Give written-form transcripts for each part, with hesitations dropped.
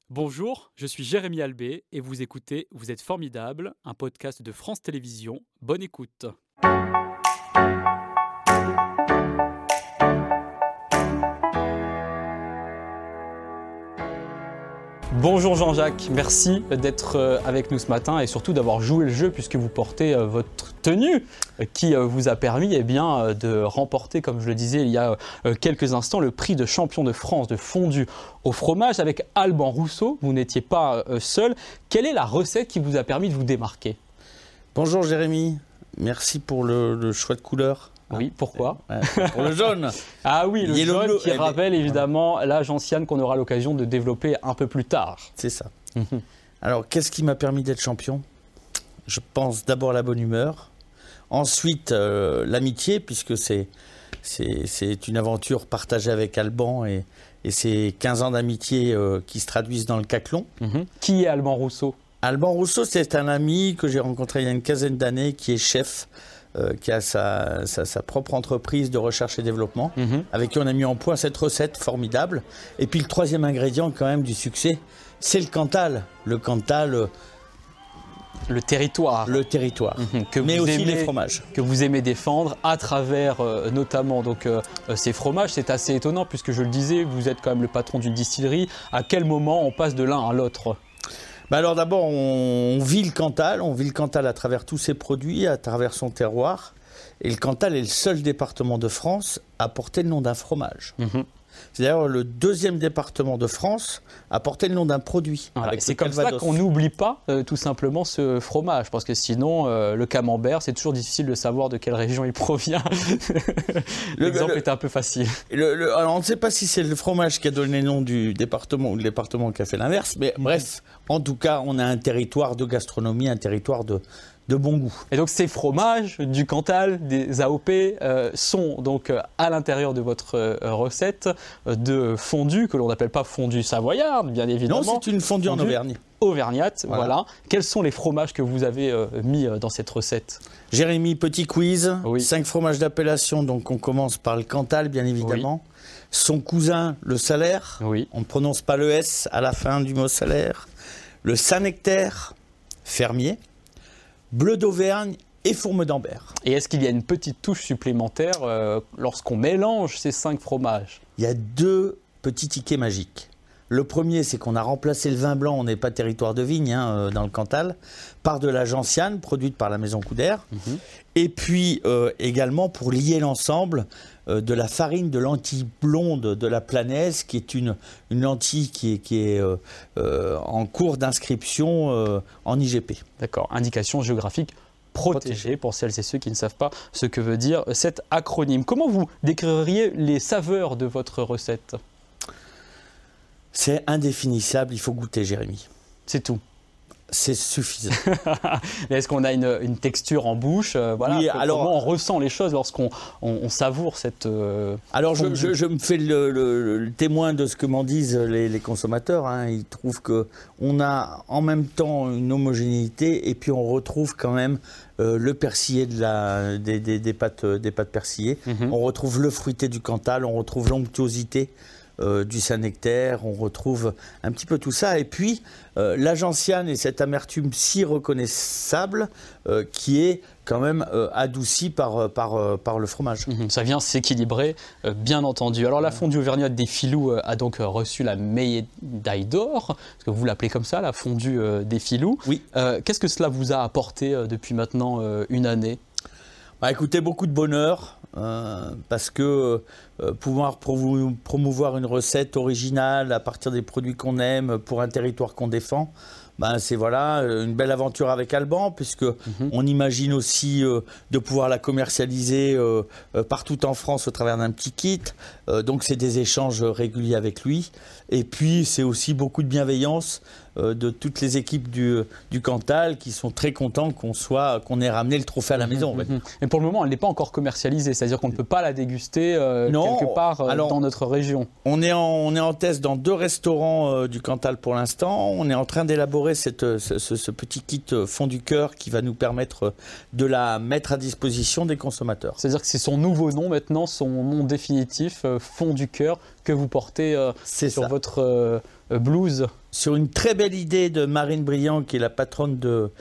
Bonjour, je suis Jérémy Albé et vous écoutez Vous êtes formidable, un podcast de France Télévisions. Bonne écoute. Bonjour Jean-Jacques, merci d'être avec nous ce matin et surtout d'avoir joué le jeu puisque vous portez votre tenue qui vous a permis de remporter, comme je le disais il y a quelques instants, le prix de champion de France de fondu au fromage avec Alban Rousseau. Vous n'étiez pas seul. Quelle est la recette qui vous a permis de vous démarquer ? Bonjour Jérémy, merci pour le choix de couleur. Oui, pourquoi ? Pour le jaune. Ah oui, le jaune qui rappelle évidemment l'âge ancienne qu'on aura l'occasion de développer un peu plus tard. C'est ça. Alors, qu'est-ce qui m'a permis d'être champion ? Je pense d'abord la bonne humeur. Ensuite, l'amitié, puisque c'est une aventure partagée avec Alban et c'est 15 ans d'amitié qui se traduisent dans le caclon. Qui est Alban Rousseau ? Alban Rousseau, c'est un ami que j'ai rencontré il y a une quinzaine d'années qui est chef. Qui a sa propre entreprise de recherche et développement, avec qui on a mis en point cette recette formidable. Et puis le troisième ingrédient quand même du succès, c'est le Cantal. Le Cantal... Le territoire. Le territoire, mais aussi les fromages. Que vous aimez défendre à travers notamment ces fromages. C'est assez étonnant puisque je le disais, vous êtes quand même le patron d'une distillerie. À quel moment on passe de l'un à l'autre ? Alors d'abord, on vit le Cantal à travers tous ses produits, à travers son terroir. Et le Cantal est le seul département de France à porter le nom d'un fromage. C'est d'ailleurs le deuxième département de France à porter le nom d'un produit. Voilà, c'est comme ça qu'on n'oublie pas tout simplement ce fromage, parce que sinon, le camembert, c'est toujours difficile de savoir de quelle région il provient. L'exemple est un peu facile. Alors on ne sait pas si c'est le fromage qui a donné le nom du département ou le département qui a fait l'inverse, mais bref, en tout cas, on a un territoire de gastronomie, un territoire de bon goût. Et donc ces fromages du Cantal, des AOP, sont donc à l'intérieur de votre recette de fondue, que l'on n'appelle pas fondue savoyarde, bien évidemment. Non, c'est une fondue en Auvergne. Auvergnate, voilà. Quels sont les fromages que vous avez mis dans cette recette ? Jérémy, petit quiz. Oui. 5 fromages d'appellation, donc on commence par le Cantal, bien évidemment. Oui. Son cousin, le Salaire. Oui. On ne prononce pas le S à la fin du mot Salaire. Le Saint-Nectaire, fermier. Bleu d'Auvergne et fourme d'Ambert. Et est-ce qu'il y a une petite touche supplémentaire lorsqu'on mélange ces 5 fromages ? Il y a 2 petits tickets magiques. Le premier, c'est qu'on a remplacé le vin blanc, on n'est pas territoire de vigne dans le Cantal, par de la gentiane produite par la maison Coudert. Et puis également pour lier l'ensemble de la farine de lentilles blondes de la Planaise, qui est une lentille qui est en cours d'inscription en IGP. D'accord, indication géographique protégée pour celles et ceux qui ne savent pas ce que veut dire cet acronyme. Comment vous décririez les saveurs de votre recette ? C'est indéfinissable, il faut goûter, Jérémy. C'est tout. C'est suffisant. Est-ce qu'on a une texture en bouche Oui, alors, comment on ressent les choses lorsqu'on savoure cette alors je me fais le témoin de ce que m'en disent les consommateurs. Ils trouvent qu'on a en même temps une homogénéité et puis on retrouve quand même le persillé des pâtes persillées. On retrouve le fruité du Cantal, on retrouve l'onctuosité du Saint-Nectaire, on retrouve un petit peu tout ça. Et puis, la gentiane et cette amertume si reconnaissable qui est quand même adoucie par le fromage. Ça vient s'équilibrer, bien entendu. Alors, la fondue auvergnate des Filous a donc reçu la médaille d'or, parce que vous l'appelez comme ça, la fondue des Filous. Oui. Qu'est-ce que cela vous a apporté depuis maintenant une année ? Écoutez, beaucoup de bonheur. Parce que pouvoir promouvoir une recette originale à partir des produits qu'on aime pour un territoire qu'on défend, c'est une belle aventure avec Alban, puisque on imagine aussi de pouvoir la commercialiser partout en France au travers d'un petit kit. Donc c'est des échanges réguliers avec lui. Et puis c'est aussi beaucoup de bienveillance de toutes les équipes du Cantal qui sont très contents qu'on ait ramené le trophée à la maison. Mais pour le moment, elle n'est pas encore commercialisée, c'est-à-dire qu'on ne peut pas la déguster quelque part dans notre région. On est en test dans 2 restaurants du Cantal pour l'instant. On est en train d'élaborer ce petit kit fond du cœur qui va nous permettre de la mettre à disposition des consommateurs. C'est-à-dire que c'est son nouveau nom maintenant, son nom définitif, fond du cœur, que vous portez sur votre blouse. sur une très belle idée de Marine Briand, qui est la patronne de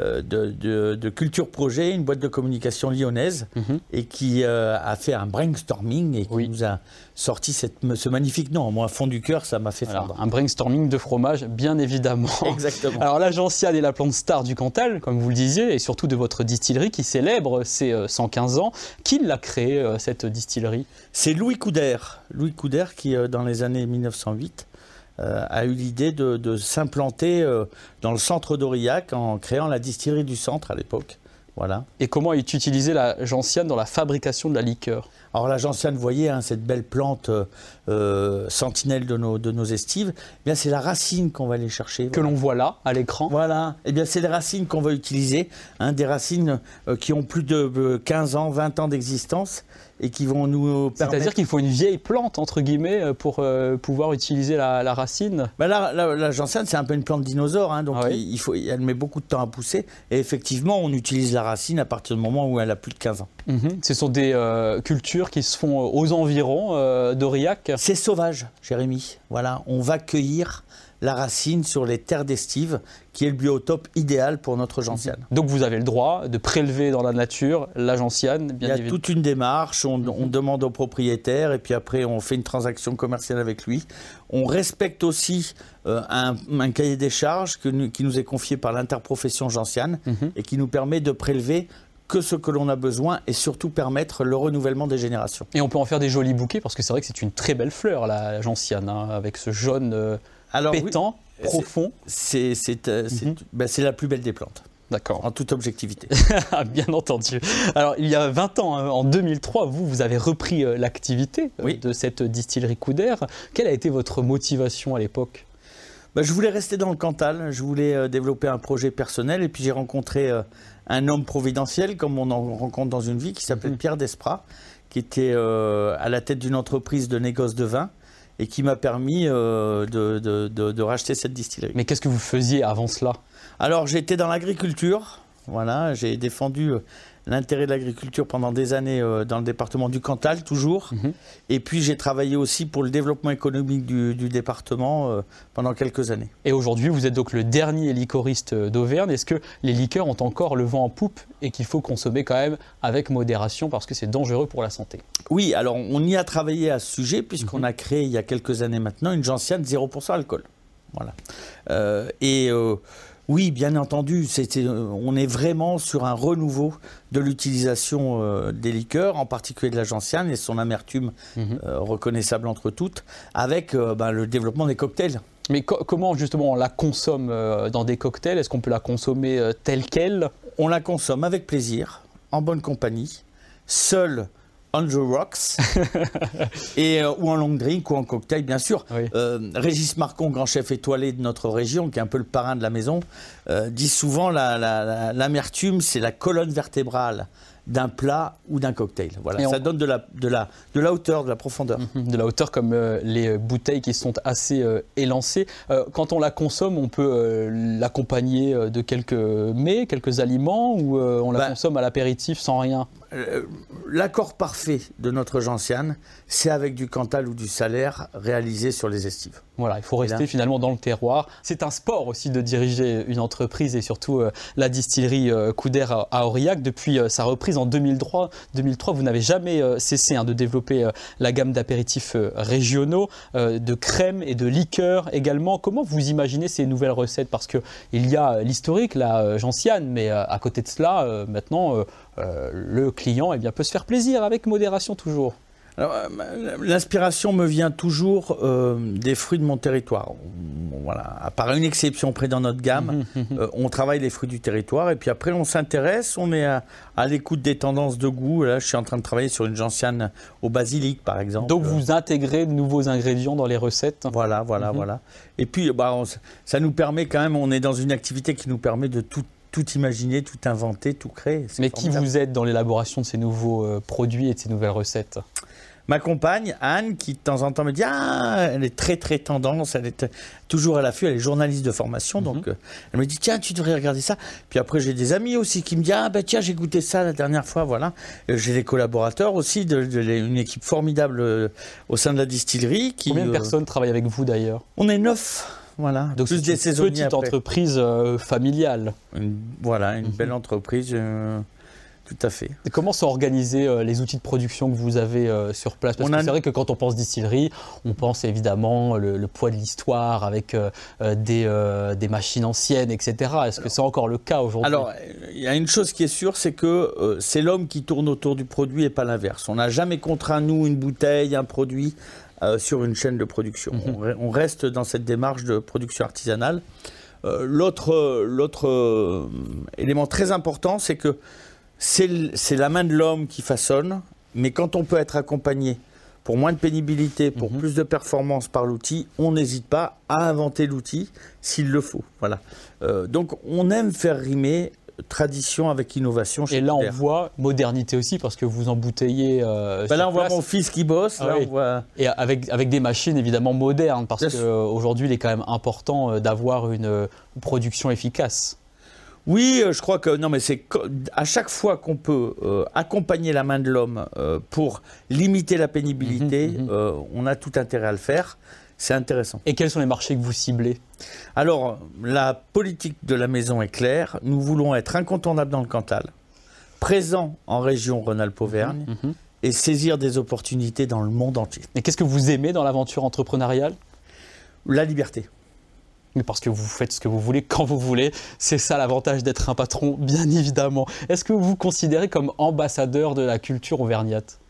Culture Projet, une boîte de communication lyonnaise, et qui a fait un brainstorming et qui nous a sorti ce magnifique nom. Moi, à fond du cœur, ça m'a fait fondre. Un brainstorming de fromage, bien évidemment. Exactement. Alors la gentiane est la plante star du Cantal, comme vous le disiez, et surtout de votre distillerie qui célèbre ses 115 ans. Qui l'a créée, cette distillerie? C'est Louis Couder. Louis Couder qui, dans les années 1908, a eu l'idée de s'implanter dans le centre d'Aurillac en créant la distillerie du centre à l'époque. Voilà. Et comment est utilisée la gentiane dans la fabrication de la liqueur? Alors la gentiane, vous voyez, cette belle plante sentinelle de nos estives, eh bien c'est la racine qu'on va aller chercher. Que l'on voit là, à l'écran. Voilà, eh bien c'est les racines qu'on va utiliser, des racines qui ont plus de 15 ans, 20 ans d'existence et qui vont nous permettre... C'est-à-dire qu'il faut une vieille plante, entre guillemets, pour pouvoir utiliser la racine? La gentiane, c'est un peu une plante dinosaure, donc elle met beaucoup de temps à pousser. Et effectivement, on utilise la racine à partir du moment où elle a plus de 15 ans. Ce sont des cultures qui se font aux environs d'Aurillac? C'est sauvage, Jérémy. Voilà, on va cueillir la racine sur les terres d'estive, qui est le biotope idéal pour notre gentiane. Donc vous avez le droit de prélever dans la nature la gentiane, bien évidemment. Il y a toute une démarche, on demande au propriétaire et puis après on fait une transaction commerciale avec lui. On respecte aussi un cahier des charges qui nous est confié par l'interprofession gentiane et qui nous permet de prélever que ce que l'on a besoin et surtout permettre le renouvellement des générations. Et on peut en faire des jolis bouquets parce que c'est vrai que c'est une très belle fleur, la gentiane, avec ce jaune pétant, profond. C'est la plus belle des plantes. D'accord. En toute objectivité. Bien entendu. Alors, il y a 20 ans, en 2003, vous avez repris l'activité de cette distillerie Couder. Quelle a été votre motivation à l'époque? Je voulais rester dans le Cantal, je voulais développer un projet personnel et puis j'ai rencontré un homme providentiel, comme on en rencontre dans une vie, qui s'appelait Pierre Desprats, qui était à la tête d'une entreprise de négoce de vin et qui m'a permis de racheter cette distillerie. Mais qu'est-ce que vous faisiez avant cela? Alors j'étais dans l'agriculture, voilà, j'ai défendu l'intérêt de l'agriculture pendant des années dans le département du Cantal, toujours. Et puis j'ai travaillé aussi pour le développement économique du département pendant quelques années. Et aujourd'hui, vous êtes donc le dernier liquoriste d'Auvergne. Est-ce que les liqueurs ont encore le vent en poupe et qu'il faut consommer quand même avec modération parce que c'est dangereux pour la santé? Oui, alors on y a travaillé à ce sujet puisqu'on a créé il y a quelques années maintenant une gentiane 0% alcool. Voilà. Oui, bien entendu, on est vraiment sur un renouveau de l'utilisation des liqueurs, en particulier de la gentiane et son amertume reconnaissable entre toutes, avec le développement des cocktails. Mais comment justement on la consomme dans des cocktails? Est-ce qu'on peut la consommer telle qu'elle? On la consomme avec plaisir, en bonne compagnie, seule, on the rocks, ou en long drink ou en cocktail, bien sûr. Oui. Régis Marcon, grand chef étoilé de notre région, qui est un peu le parrain de la maison, dit souvent l'amertume, c'est la colonne vertébrale d'un plat ou d'un cocktail. Voilà, ça donne de la hauteur, de la profondeur. De la hauteur comme les bouteilles qui sont assez élancées. Quand on la consomme, on peut l'accompagner de quelques mets, quelques aliments, ou on la consomme à l'apéritif sans rien? L'accord parfait de notre gentiane, c'est avec du Cantal ou du Salaire réalisé sur les estives. Voilà, il faut rester finalement dans le terroir. C'est un sport aussi de diriger une entreprise et surtout la distillerie Couder à Aurillac. Depuis sa reprise en 2003, vous n'avez jamais cessé de développer la gamme d'apéritifs régionaux, de crèmes et de liqueurs également. Comment vous imaginez ces nouvelles recettes? Parce qu'il y a l'historique, la gentiane, mais à côté de cela, maintenant, le client peut se faire plaisir avec modération toujours. L'inspiration me vient toujours des fruits de mon territoire. Voilà. À part une exception près dans notre gamme, on travaille les fruits du territoire et puis après on s'intéresse, on est à l'écoute des tendances de goût. Là, je suis en train de travailler sur une gentiane au basilic par exemple. Donc vous intégrez de nouveaux ingrédients dans les recettes? Voilà. Et puis ça nous permet quand même, on est dans une activité qui nous permet de tout imaginer, tout inventer, tout créer. Mais qui vous aide dans l'élaboration de ces nouveaux produits et de ces nouvelles recettes? Ma compagne, Anne, qui de temps en temps me dit « Ah, elle est très très tendance, elle est toujours à l'affût, elle est journaliste de formation, donc elle me dit « Tiens, tu devrais regarder ça ». Puis après, j'ai des amis aussi qui me disent « Ah, tiens, j'ai goûté ça la dernière fois, voilà ». J'ai des collaborateurs aussi, une équipe formidable au sein de la distillerie. Combien de personnes travaillent avec vous d'ailleurs? On est 9. voilà. Donc Plus des c'est une saisonniers petite après. entreprise familiale. Voilà, une belle entreprise, tout à fait. Et comment sont organisés les outils de production que vous avez sur place? Parce que c'est vrai que quand on pense distillerie, on pense évidemment le poids de l'histoire avec des machines anciennes, etc. Est-ce que c'est encore le cas aujourd'hui? Alors, il y a une chose qui est sûre, c'est que c'est l'homme qui tourne autour du produit et pas l'inverse. On n'a jamais contraint, nous, une bouteille, un produit sur une chaîne de production. On reste dans cette démarche de production artisanale. L'autre élément très important, c'est que c'est la main de l'homme qui façonne, mais quand on peut être accompagné pour moins de pénibilité, pour plus de performance par l'outil, on n'hésite pas à inventer l'outil s'il le faut. Voilà. Donc on aime faire rimer tradition avec innovation chez Et là, Couder. on voit modernité aussi, parce que vous embouteillez sur Là, on voit place. mon fils qui bosse. Là, oui. on voit... Et avec des machines évidemment modernes, parce Bien sûr. qu'aujourd'hui, il est quand même important d'avoir une production efficace. Oui, je crois que non, mais c'est à chaque fois qu'on peut accompagner la main de l'homme pour limiter la pénibilité, on a tout intérêt à le faire. C'est intéressant. Et quels sont les marchés que vous ciblez? Alors, la politique de la maison est claire. Nous voulons être incontournables dans le Cantal, présents en région Rhône-Alpes-Auvergne et saisir des opportunités dans le monde entier. Et qu'est-ce que vous aimez dans l'aventure entrepreneuriale? La liberté. Mais parce que vous faites ce que vous voulez quand vous voulez. C'est ça l'avantage d'être un patron, bien évidemment. Est-ce que vous vous considérez comme ambassadeur de la culture auvergnate?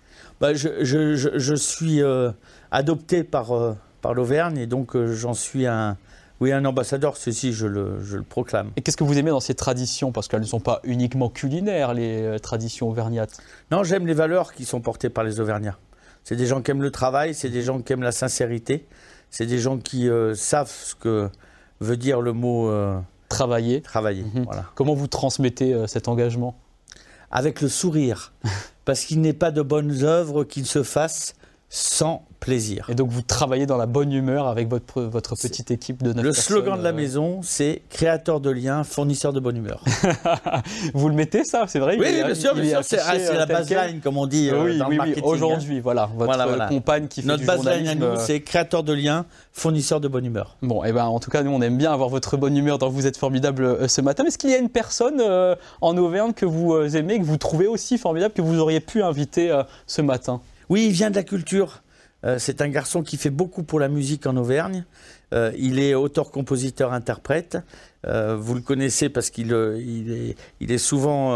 Je suis adopté par l'Auvergne et donc j'en suis un ambassadeur, ceci je le proclame. Et qu'est-ce que vous aimez dans ces traditions? Parce qu'elles ne sont pas uniquement culinaires, les traditions auvergnates. Non, j'aime les valeurs qui sont portées par les Auvergnats. C'est des gens qui aiment le travail, c'est des gens qui aiment la sincérité, c'est des gens qui savent ce que veut dire le mot Travailler. Voilà. Comment vous transmettez cet engagement? Avec le sourire, parce qu'il n'est pas de bonnes œuvres qui se fassent sans plaisir. Et donc vous travaillez dans la bonne humeur avec votre petite équipe de 9 personnes. Le slogan de la maison, c'est créateur de liens, fournisseur de bonne humeur. Vous le mettez ça, c'est vrai? Oui, bien sûr, c'est la baseline, comme on dit dans le marketing. Aujourd'hui, voilà, votre compagne qui fait notre du baseline journalisme. à nous, c'est créateur de liens, fournisseur de bonne humeur. Bon, et ben en tout cas, nous on aime bien avoir votre bonne humeur dans Vous êtes formidable ce matin. Est-ce qu'il y a une personne en Auvergne que vous aimez, que vous trouvez aussi formidable, que vous auriez pu inviter ce matin? Oui, il vient de la culture. C'est un garçon qui fait beaucoup pour la musique en Auvergne. Il est auteur, compositeur, interprète. Vous le connaissez parce qu'il est souvent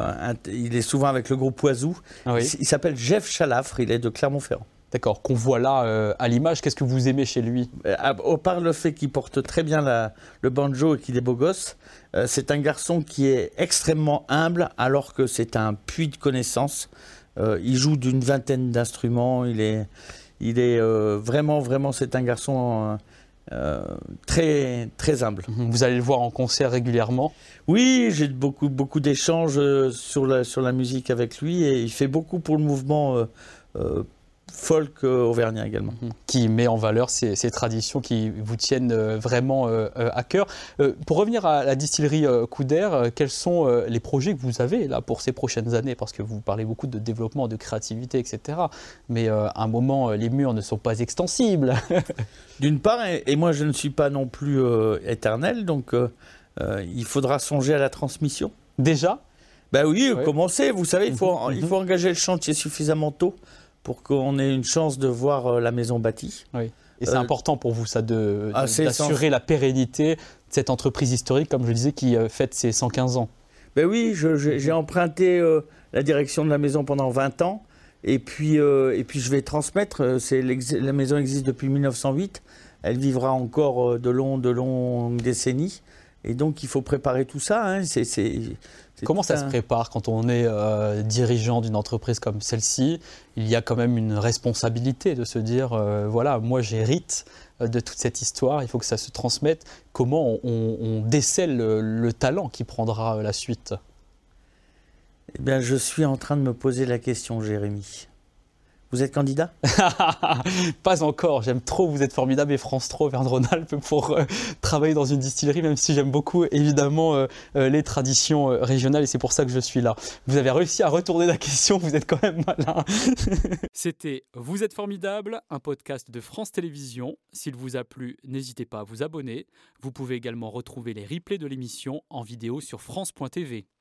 avec le groupe Oiseau. Ah oui. Il s'appelle Jeff Chalafre, il est de Clermont-Ferrand. D'accord, qu'on voit là à l'image. Qu'est-ce que vous aimez chez lui? Par le fait qu'il porte très bien le banjo et qu'il est beau gosse, c'est un garçon qui est extrêmement humble alors que c'est un puits de connaissances. Il joue d'une vingtaine d'instruments. Il est vraiment, c'est un garçon très, très humble. Vous allez le voir en concert régulièrement? Oui, j'ai beaucoup d'échanges sur la musique avec lui et il fait beaucoup pour le mouvement folk auvergnat également. Qui met en valeur ces traditions qui vous tiennent vraiment à cœur. Pour revenir à la distillerie Couder, quels sont les projets que vous avez là pour ces prochaines années? Parce que vous parlez beaucoup de développement, de créativité, etc. Mais à un moment, les murs ne sont pas extensibles. D'une part, et moi je ne suis pas non plus éternel, donc il faudra songer à la transmission. Déjà? Ben oui, commencer, vous savez, il faut engager le chantier suffisamment tôt pour qu'on ait une chance de voir la maison bâtie. Oui. Et c'est important pour vous, ça, d'assurer essentiel. la pérennité de cette entreprise historique, comme je disais, qui fête ses 115 ans. Ben oui, j'ai emprunté la direction de la maison pendant 20 ans, et puis je vais transmettre. La maison existe depuis 1908, elle vivra encore de longues décennies, et donc il faut préparer tout ça. Hein. Comment ça se prépare quand on est dirigeant d'une entreprise comme celle-ci? Il y a quand même une responsabilité de se dire, voilà, moi j'hérite de toute cette histoire, il faut que ça se transmette. Comment on décèle le talent qui prendra la suite? Eh bien, je suis en train de me poser la question, Jérémy. Vous êtes candidat? Pas encore, j'aime trop Vous êtes formidable et France 3 Auvergne-Rhône-Alpes pour travailler dans une distillerie, même si j'aime beaucoup évidemment les traditions régionales et c'est pour ça que je suis là. Vous avez réussi à retourner la question, vous êtes quand même malin. C'était Vous êtes formidable, un podcast de France Télévisions. S'il vous a plu, n'hésitez pas à vous abonner. Vous pouvez également retrouver les replays de l'émission en vidéo sur France.tv.